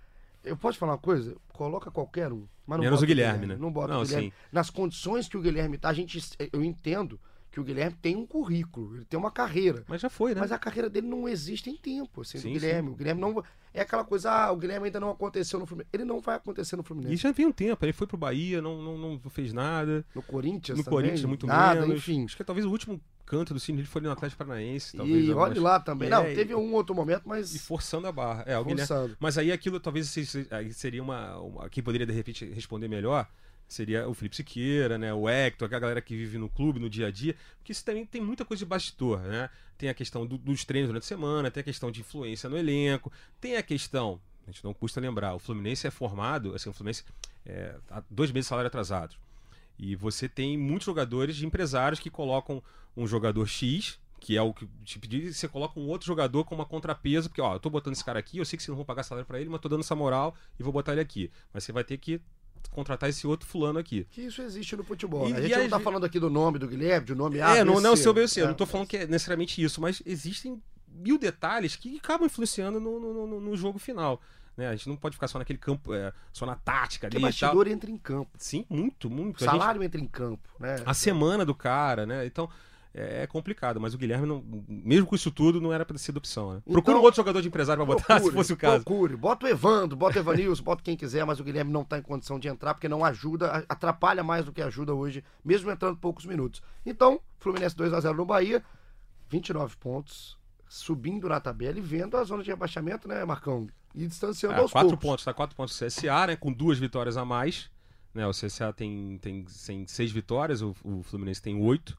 Eu posso falar uma coisa? Coloca qualquer um. Mas não Menos bota o Guilherme, né? Não bota Não, o Guilherme. sim. Nas condições que o Guilherme tá, a gente, eu entendo que o Guilherme tem um currículo, ele tem uma carreira. Mas já foi, né? Mas a carreira dele não existe em tempo, assim, Sim, do Guilherme. O Guilherme não. É aquela coisa, ah, o Guilherme ainda não aconteceu no Fluminense. Ele não vai acontecer no Fluminense. E já vem um tempo, ele foi pro Bahia, não, não, não fez nada. No Corinthians No também, Corinthians, muito nada, menos. enfim. Acho que talvez o último canto do cine dele foi ali no Atlético Paranaense. Talvez, E algumas- olhe lá também. É, não, e- teve um outro momento, mas. E forçando a barra. É, o Guilherme. forçando. Mas aí aquilo talvez se- se- aí seria uma, uma. Quem poderia de repente responder melhor seria o Felipe Siqueira, né? O Hector, a galera que vive no clube, no dia a dia. Porque isso também tem muita coisa de bastidor, né? Tem a questão do- dos treinos durante a semana, tem a questão de influência no elenco, tem a questão. a gente não custa lembrar, o Fluminense é formado, assim, o Fluminense é, há dois meses de salário atrasado. E você tem muitos jogadores de empresários que colocam um jogador X, que é o que te pedi, você coloca um outro jogador com uma contrapeso, porque, ó, eu tô botando esse cara aqui, eu sei que vocês não vão pagar salário pra ele, mas tô dando essa moral e vou botar ele aqui. Mas você vai ter que contratar esse outro fulano aqui. Que isso existe no futebol. E, né? A gente e não a tá gente... falando aqui do nome do Guilherme, do nome A. É, não, não é o seu B C. É, Eu não tô falando que é necessariamente isso, mas existem mil detalhes que acabam influenciando no, no, no, no jogo final. Né? A gente não pode ficar só naquele campo, é, só na tática ali. Porque bastidor entra em campo. Sim, muito, muito. O salário gente... entra em campo, né? A semana do cara, né? Então é, é complicado, mas o Guilherme, não, mesmo com isso tudo, não era pra ser opção. Né? Então, procura um outro jogador de empresário pra botar, procure, se fosse o caso. Procure, bota o Evandro, bota o Evanilson, bota quem quiser, mas o Guilherme não tá em condição de entrar porque não ajuda, atrapalha mais do que ajuda hoje, mesmo entrando poucos minutos. Então, Fluminense dois a zero no Bahia, vinte e nove pontos, subindo na tabela e vendo a zona de rebaixamento, né, Marcão? E distanciando é, aos quatro poucos. pontos, tá quatro pontos do C S A, né? Com duas vitórias a mais. Né? O C S A tem, tem, tem seis vitórias, o, o Fluminense tem oito.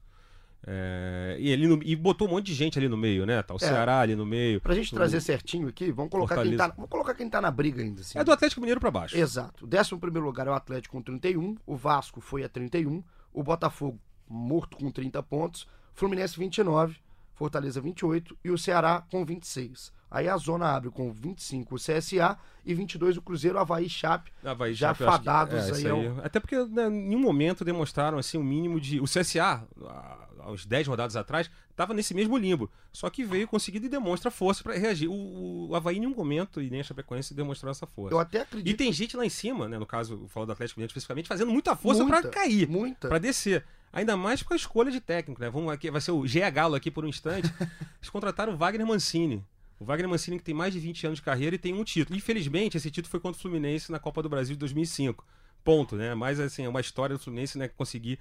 É, e, ele no, e botou um monte de gente ali no meio, né? Tá o é, Ceará ali no meio. Pra gente o, trazer certinho aqui, vamos colocar, quem tá, vamos colocar quem tá na briga ainda. Assim. É do Atlético Mineiro pra baixo. Exato. O décimo primeiro lugar é o Atlético com trinta e um, o Vasco foi a trinta e um, o Botafogo morto com trinta pontos, Fluminense vinte e nove, Fortaleza vinte e oito e o Ceará com vinte e seis. Aí a zona abre com vinte e cinco o C S A e vinte e dois o Cruzeiro, Avaí e Chape, Havaí, já Chape, fadados que, é, aí, aí. ao... Até porque né, em nenhum momento demonstraram assim, o um mínimo de... O C S A, aos dez rodadas atrás, estava nesse mesmo limbo. Só que veio conseguido e demonstra força para reagir. O, o Avaí em nenhum momento, e nem a Chapecoense, demonstrou essa força. Eu até acredito. E tem gente lá em cima, né, no caso, eu falo do Atlético Mineiro especificamente, fazendo muita força para cair, para descer. Ainda mais com a escolha de técnico, né? Vamos aqui, vai ser o G A Galo aqui por um instante. Eles contrataram o Wagner Mancini. O Wagner Mancini que tem mais de vinte anos de carreira e tem um título. Infelizmente, esse título foi contra o Fluminense na Copa do Brasil de dois mil e cinco. Ponto, né? Mas, assim, é uma história do Fluminense, né? Conseguir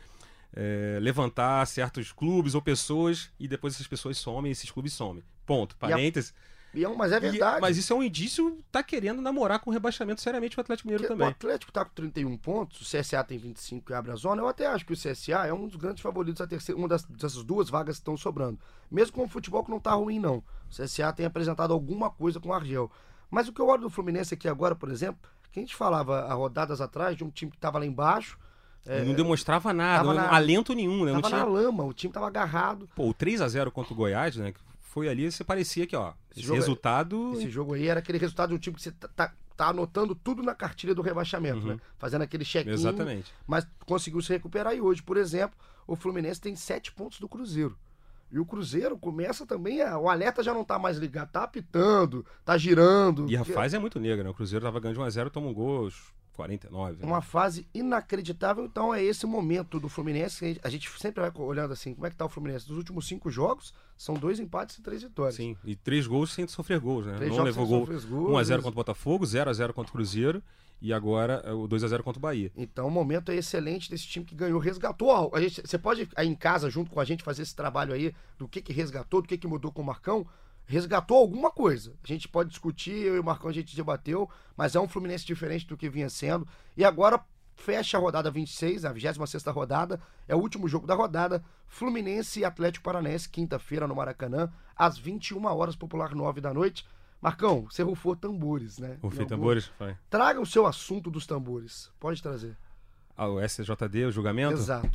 é, levantar certos clubes ou pessoas e depois essas pessoas somem e esses clubes somem. Ponto. Parênteses. E é, mas é verdade. E, mas isso é um indício, tá querendo namorar com o rebaixamento seriamente o Atlético Mineiro Porque também. O Atlético tá com trinta e um pontos, o C S A tem vinte e cinco e abre a zona. Eu até acho que o C S A é um dos grandes favoritos, a terceira, uma das, dessas duas vagas que estão sobrando. Mesmo com o futebol que não tá ruim, não. O C S A tem apresentado alguma coisa com o Argel. Mas o que eu olho do Fluminense aqui agora, por exemplo, que a gente falava há rodadas atrás de um time que tava lá embaixo. É, não demonstrava nada, não, na, alento nenhum, né? Tava não tinha... na lama, o time tava agarrado. Pô, o três a zero contra o Goiás, né? Foi ali, você parecia que, ó, esse, esse resultado... Esse jogo aí era aquele resultado de um time que você tá, tá, tá anotando tudo na cartilha do rebaixamento, uhum. né? Fazendo aquele check-in. Exatamente. Mas conseguiu se recuperar e hoje, por exemplo, o Fluminense tem sete pontos do Cruzeiro. E o Cruzeiro começa também, a, o alerta já não tá mais ligado, tá apitando, tá girando. E a fase é muito negra, né? O Cruzeiro tava ganhando de um a zero, toma um gol aos quarenta e nove. Uma né? fase inacreditável, então é esse momento do Fluminense. A gente sempre vai olhando assim, como é que tá o Fluminense? Dos últimos cinco jogos, são dois empates e três vitórias. Sim, e três gols sem sofrer gols, né? Três não levou gol. gols, um a zero contra o Botafogo, zero a zero contra o Cruzeiro e agora o dois a zero contra o Bahia. Então o momento é excelente desse time que ganhou, resgatou. A gente, você pode aí em casa junto com a gente fazer esse trabalho aí do que que resgatou, do que que mudou com o Marcão. Resgatou alguma coisa. A gente pode discutir, eu e o Marcão a gente debateu, mas é um Fluminense diferente do que vinha sendo. E agora fecha a rodada vinte e seis, a vigésima sexta rodada, é o último jogo da rodada, Fluminense e Atlético Paranaense, quinta-feira no Maracanã, às vinte e uma horas, popular nove da noite. Marcão, você rufou tambores, né? Rufei tambores? Vai. Traga o seu assunto dos tambores. Pode trazer. Ah, o S J D, o julgamento? Exato.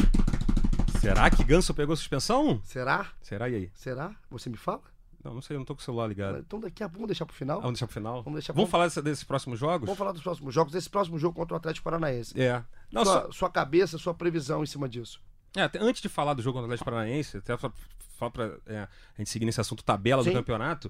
Será que Ganso pegou suspensão? Será? Será? E aí? Será? Você me fala? Não, não sei, eu não tô com o celular ligado. Então daqui a pouco, vamos deixar pro final? Vamos deixar pro final? Vamos, deixar vamos pro... falar desse, desses próximos jogos? Vamos falar dos próximos jogos, desse próximo jogo contra o Atlético Paranaense. É. Não, sua, só... sua cabeça, sua previsão em cima disso. É, até, antes de falar do jogo contra o Atlético Paranaense, até falar pra é, a gente seguir nesse assunto tabela Sim. do campeonato,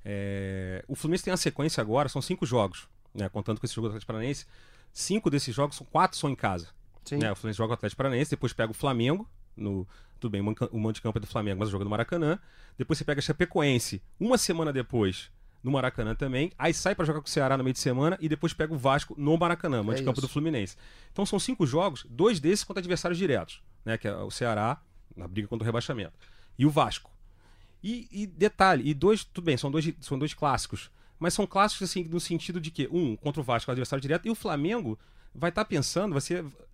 é, o Fluminense tem uma sequência agora, são cinco jogos, né, contando com esse jogo do Atlético Paranaense. Cinco desses jogos, são quatro são em casa. Sim. Né, o Fluminense joga o Atlético Paranaense, depois pega o Flamengo, no... Tudo bem, o mando de campo é do Flamengo, mas o jogo é no Maracanã. Depois você pega a Chapecoense, uma semana depois, no Maracanã também. Aí sai pra jogar com o Ceará no meio de semana e depois pega o Vasco no Maracanã, mando é de campo do Fluminense. Então são cinco jogos, dois desses contra adversários diretos, né? Que é o Ceará, na briga contra o rebaixamento, e o Vasco. E, e detalhe, e dois, tudo bem, são dois, são dois clássicos, mas são clássicos assim, no sentido de que, um, contra o Vasco, é o adversário direto, e o Flamengo vai estar tá pensando, vai ser...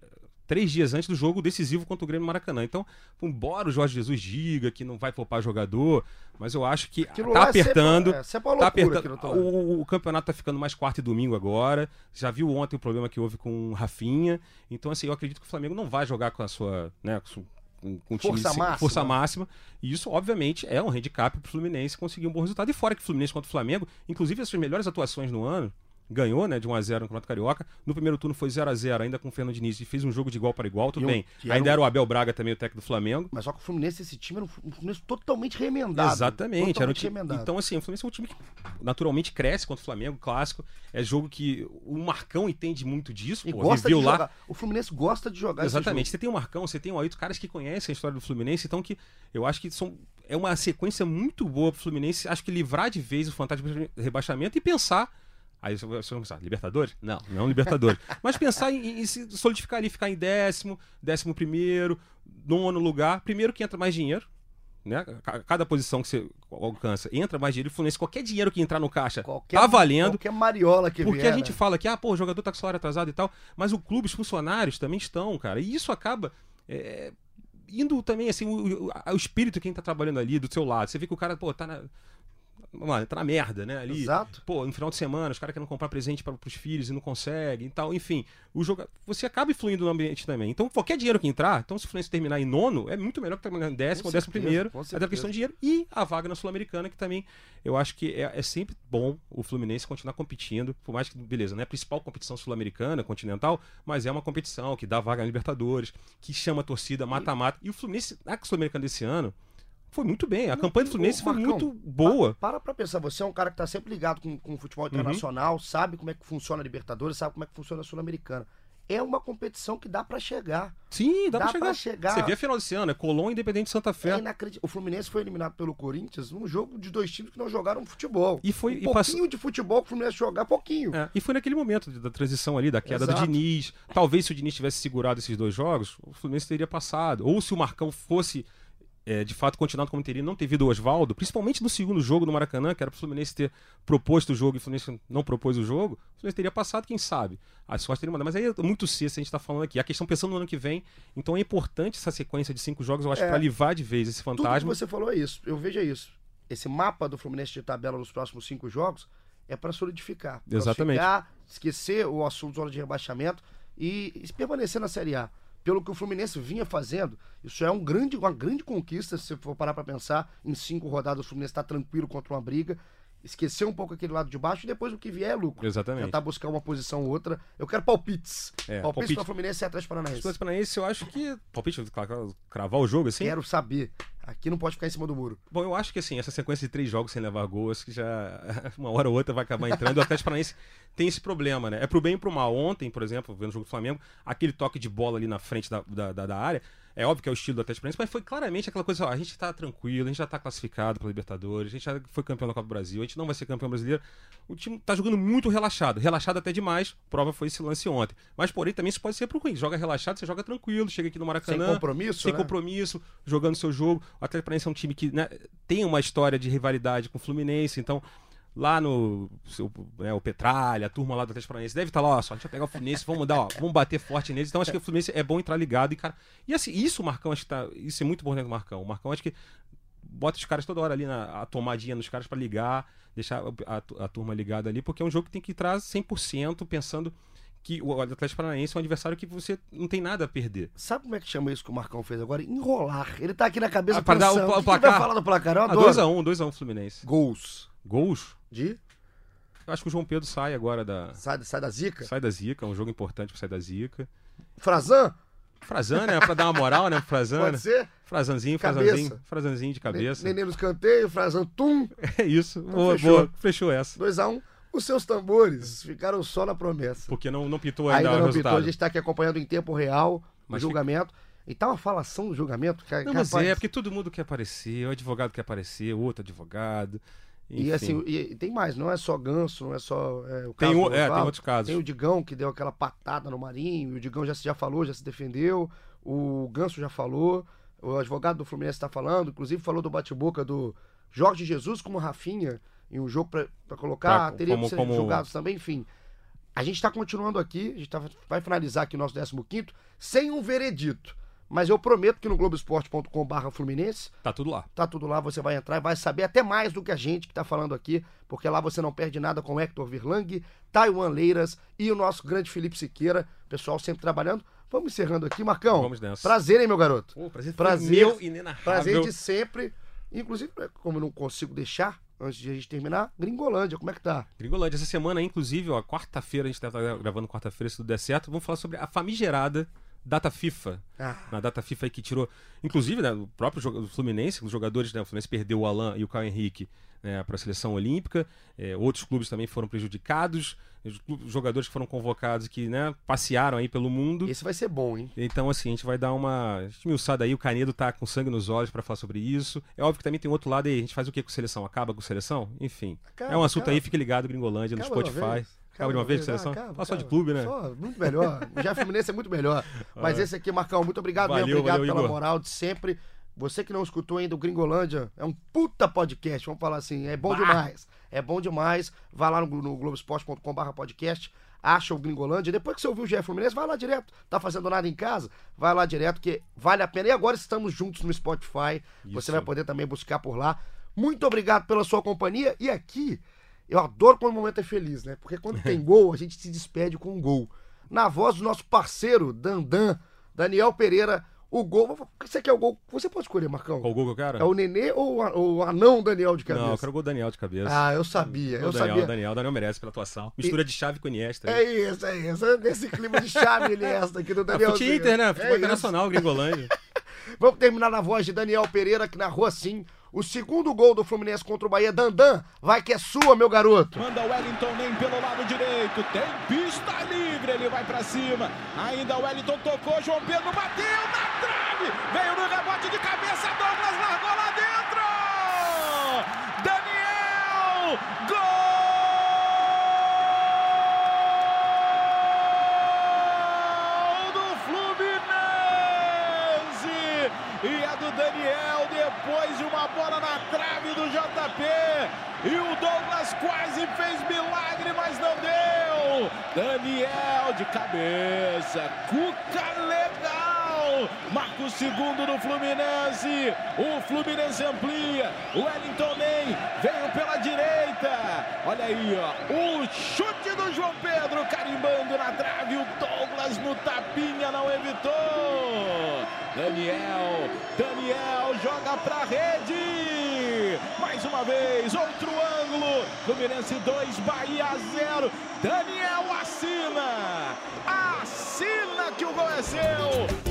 três dias antes do jogo decisivo contra o Grêmio no Maracanã. Então, embora o Jorge Jesus diga que não vai poupar jogador, mas eu acho que Aquilo tá lá é apertando. sempre- é sempre uma tá loucura apertando. aqui no outro lado. O, o campeonato tá ficando mais quarta e domingo agora. Já viu ontem o problema que houve com o Rafinha. Então, assim, eu acredito que o Flamengo não vai jogar com a sua, né, com su- com, com o time Força sem- máxima. força máxima. E isso, obviamente, é um handicap pro Fluminense conseguir um bom resultado. E fora que o Fluminense contra o Flamengo, inclusive as suas melhores atuações no ano, ganhou, né, de um a zero no Campeonato Carioca. No primeiro turno foi zero a zero, ainda com o Fernando Diniz, e fez um jogo de igual para igual, tudo E um- bem. e era Ainda um- era o Abel Braga também, o técnico do Flamengo. Mas só que o Fluminense, esse time era um Fluminense totalmente remendado. Exatamente, era um Totalmente time. remendado. Então, assim, o Fluminense é um time que naturalmente cresce contra o Flamengo, clássico. É jogo que o Marcão entende muito disso, E pô, gosta viveu de lá. jogar. O Fluminense gosta de jogar Exatamente. esse Você tem o Marcão, você tem o Ailton, caras que conhecem a história do Fluminense, então que eu acho que são, é uma sequência muito boa pro Fluminense. Acho que livrar de vez o fantasma de rebaixamento e pensar. Aí você vai pensar, Libertadores? Não, não Libertadores. Mas pensar em, em se solidificar ali, ficar em décimo, décimo primeiro, nono lugar. Primeiro que entra mais dinheiro, né? Cada posição que você alcança entra mais dinheiro. O Fluminense, qualquer dinheiro que entrar no caixa, Qualquer, tá valendo. Qualquer mariola que Porque vier, a gente né? fala que, ah, pô, o jogador tá com salário atrasado e tal, mas o clube, os funcionários também estão, cara. E isso acaba é, indo também, assim, o, o, o espírito de quem tá trabalhando ali do seu lado. Você vê que o cara, pô, tá na... Vamos lá, tá na merda, né? Ali, Exato. pô, no final de semana, os caras querem comprar presente para os filhos e não conseguem e tal. Enfim, o jogo, você acaba influindo no ambiente também. Então, qualquer dinheiro que entrar, então se o Fluminense terminar em nono, é muito melhor que terminar em décimo Com ou décimo certeza, primeiro. com Até certeza. a questão de dinheiro. E a vaga na Sul-Americana, que também eu acho que é, é sempre bom o Fluminense continuar competindo. Por mais que, beleza, não é a principal competição sul-americana, continental, mas é uma competição que dá vaga na Libertadores, que chama a torcida, mata-mata. E o Fluminense, na Sul-Americana desse ano, foi muito bem. A campanha do Fluminense foi Marcão, muito boa. Pa- Para pra pensar, você é um cara que tá sempre ligado com, com o futebol internacional, sabe como é que funciona a Libertadores, sabe como é que funciona a Sul-Americana. É uma competição que dá pra chegar. Sim, dá, Dá pra, chegar. pra chegar. Você vê a final desse ano, é Colón e Independente de Santa Fé. É inacreditável. O Fluminense foi eliminado pelo Corinthians num jogo de dois times que não jogaram futebol. E foi- um e pouquinho passou- de futebol que o Fluminense jogar, pouquinho. É, e foi naquele momento de- da transição ali, da queda Exato. do Diniz. Talvez se o Diniz tivesse segurado esses dois jogos, o Fluminense teria passado. Ou se o Marcão fosse, é, de fato, continuado como teria, não ter vindo o Oswaldo, principalmente no segundo jogo no Maracanã, que era pro Fluminense ter proposto o jogo e o Fluminense não propôs o jogo, o Fluminense teria passado, quem sabe. A sorte teria mandado. Mas aí é muito cedo se a gente tá falando aqui. A questão pensando no ano que vem, então é importante essa sequência de cinco jogos, eu acho, É. pra livrar de vez esse Tudo que fantasma. você falou é isso. Eu vejo é isso. Esse mapa do Fluminense de tabela nos próximos cinco jogos é pra solidificar. Pra Exatamente. chegar, esquecer o assunto zona de rebaixamento e, e permanecer na Série A. Pelo que o Fluminense vinha fazendo, isso é um grande, uma grande conquista, se você for parar pra pensar. Em cinco rodadas o Fluminense tá tranquilo contra uma briga. Esquecer um pouco aquele lado de baixo e depois o que vier é lucro. Exatamente. Tentar buscar uma posição ou outra. Eu quero palpites. É, palpites palpite. para Fluminense e Atlético Paranaense. Atlético Paranaense, eu acho que. Palpite, cravar o jogo assim? Quero saber. Aqui não pode ficar em cima do muro. Bom, eu acho que assim, essa sequência de três jogos sem levar gol, acho que já uma hora ou outra vai acabar entrando. O Atlético Paranaense tem esse problema, né? É pro bem e pro mal. Ontem, por exemplo, vendo o jogo do Flamengo, aquele toque de bola ali na frente da, da, da- da área, é óbvio que é o estilo do Atlético Paranaense, mas foi claramente aquela coisa, ó, a gente tá tranquilo, a gente já tá classificado pra Libertadores, a gente já foi campeão da Copa do Brasil, a gente não vai ser campeão brasileiro. O time tá jogando muito relaxado, relaxado até demais, prova foi esse lance ontem. Mas porém também isso pode ser pro ruim, joga relaxado, você joga tranquilo, chega aqui no Maracanã. Sem compromisso, Sem né? compromisso, jogando seu jogo. O Atlético Paranaense é um time que, né, tem uma história de rivalidade com o Fluminense, então lá no seu, né, o Petralha, a turma lá do Atlético Paranaense deve estar lá, ó, só a gente vai pegar o Fluminense, vamos dar, ó, vamos bater forte neles. Então acho que o Fluminense é bom entrar ligado e cara, e assim, isso o Marcão acho que tá, isso é muito importante do Marcão. O Marcão acho que bota os caras toda hora ali na a tomadinha nos caras pra ligar, deixar a, a, a turma ligada ali, porque é um jogo que tem que ir atrás cem por cento pensando que o Atlético Paranaense é um adversário que você não tem nada a perder. Sabe como é que chama isso que o Marcão fez agora? Enrolar. Ele tá aqui na cabeça Ah, pra dar o pensando. pla- O que que placar? vai falar do placar? Eu Ah, adoro. dois a um, dois a um Fluminense. Gols. Gols? De? Eu acho que o João Pedro sai agora da. Sai, sai da zica? Sai da zica, é um jogo importante pra sair da zica. Frazan? Frazan, né? Pra dar uma moral, né? Frazan. Pode né? ser? Frazanzinho, Cabeça. Frazanzinho. Frazanzinho de cabeça. Nenê nos canteios, Frazan, tum. É isso. Boa, fechou. boa. Fechou essa. dois a um. Os seus tambores ficaram só na promessa. Porque não, não pintou ainda, Ainda o não resultado. pintou, a gente tá aqui acompanhando em tempo real o Mas julgamento. E tá uma falação do julgamento. Que, Não, que, mas rapaz, é, porque todo mundo quer aparecer. O advogado quer aparecer, o outro advogado. Enfim. E assim, e, e tem mais, não é só Ganso, não é só é, o Tem caso o- do é, tem Oswaldo. outros casos. Tem o Digão, que deu aquela patada no Marinho, e o Digão já, se- já falou, já se defendeu, o Ganso já falou, o advogado do Fluminense tá falando, inclusive falou do bate-boca do Jorge Jesus como Rafinha, em um jogo pra, pra colocar, Pra- teria como- que ser como- julgados também, enfim. a gente tá continuando aqui, a gente tá, vai finalizar aqui o nosso décimo quinto sem um veredito. Mas eu prometo que no globoesporte ponto com barra Fluminense... Tá tudo lá. Tá tudo lá, você vai entrar e vai saber até mais do que a gente que tá falando aqui, porque lá você não perde nada com Hector Virlang, Taiwan Leiras e o nosso grande Felipe Siqueira, pessoal sempre trabalhando. Vamos encerrando aqui, Marcão. Vamos nessa. Prazer, hein, meu garoto? Oh, prazer prazer, meu inenarrável. prazer de sempre. Inclusive, como eu não consigo deixar, antes de a gente terminar, Gringolândia, como é que tá? Gringolândia, essa semana, inclusive, ó, quarta-feira, a gente deve estar gravando quarta-feira, se tudo der certo, vamos falar sobre a famigerada data FIFA. Ah. Na data FIFA aí que tirou, inclusive, né, o próprio jogo, o Fluminense, os jogadores, né, o Fluminense perdeu o Alan e o Caio Henrique, né, para a seleção olímpica, é, outros clubes também foram prejudicados, os, clubes, os jogadores que foram convocados que, né, passearam aí pelo mundo. Esse vai ser bom, hein? Então, assim, a gente vai dar uma esmiuçada aí, o Canedo tá com sangue nos olhos para falar sobre isso. É óbvio que também tem outro lado aí, a gente faz o que com seleção? Acaba com seleção? Enfim, acaba, é um assunto acaba. Aí, fique ligado, Gringolândia, no acaba Spotify. Acaba de uma vez, seleção? Ah, Fala só de clube, né? Só, muito melhor. Já Fluminense é muito melhor. Mas ah. esse aqui, Marcão, muito obrigado valeu, mesmo. Obrigado valeu, pela Igor. moral de sempre. Você que não escutou ainda o Gringolândia, é um puta podcast, vamos falar assim. É bom bah. demais. É bom demais. Vai lá no, no globoesporte ponto com barra podcast, acha o Gringolândia. Depois que você ouviu o G F Fluminense, vai lá direto. Tá fazendo nada em casa? Vai lá direto, que vale a pena. E agora estamos juntos no Spotify. Isso. Você vai poder também buscar por lá. Muito obrigado pela sua companhia. E aqui... eu adoro quando o momento é feliz, né? Porque quando tem gol, a gente se despede com um gol. Na voz do nosso parceiro, Dandan, Daniel Pereira, o gol... Você quer o gol? Você pode escolher, Marcão. Qual gol que eu quero? É o Nenê ou o anão Daniel de cabeça? Não, eu quero o gol do Daniel de cabeça. Ah, eu sabia, eu o Daniel, sabia. O Daniel, o Daniel merece pela atuação. Mistura e... de chave com Iniesta. É isso, é isso. Nesse clima de chave Iniesta aqui do Daniel. Ah, Fute Inter, né? Futebol é internacional, Gringolândia. Vamos terminar na voz de Daniel Pereira, que narrou assim... o segundo gol do Fluminense contra o Bahia. Dandan, vai que é sua, meu garoto. Manda o Wellington nem pelo lado direito. Tem pista livre, ele vai pra cima. Ainda o Wellington tocou, João Pedro bateu na trave. Veio no rebote de cabeça, Douglas largou lá dentro. Daniel, gol! E é do Daniel, depois de uma bola na trave do J P. E o Douglas quase fez milagre, mas não deu. Daniel de cabeça, Cuca legal. Marca o segundo do Fluminense. O Fluminense amplia. O Wellington nem veio pela direita. Olha aí, ó. O chute do João Pedro carimbando na trave. O Douglas no tapinha não evitou. Daniel, Daniel joga pra rede. Mais uma vez, outro ângulo. Fluminense dois, Bahia zero. Daniel assina. Assina que o gol é seu.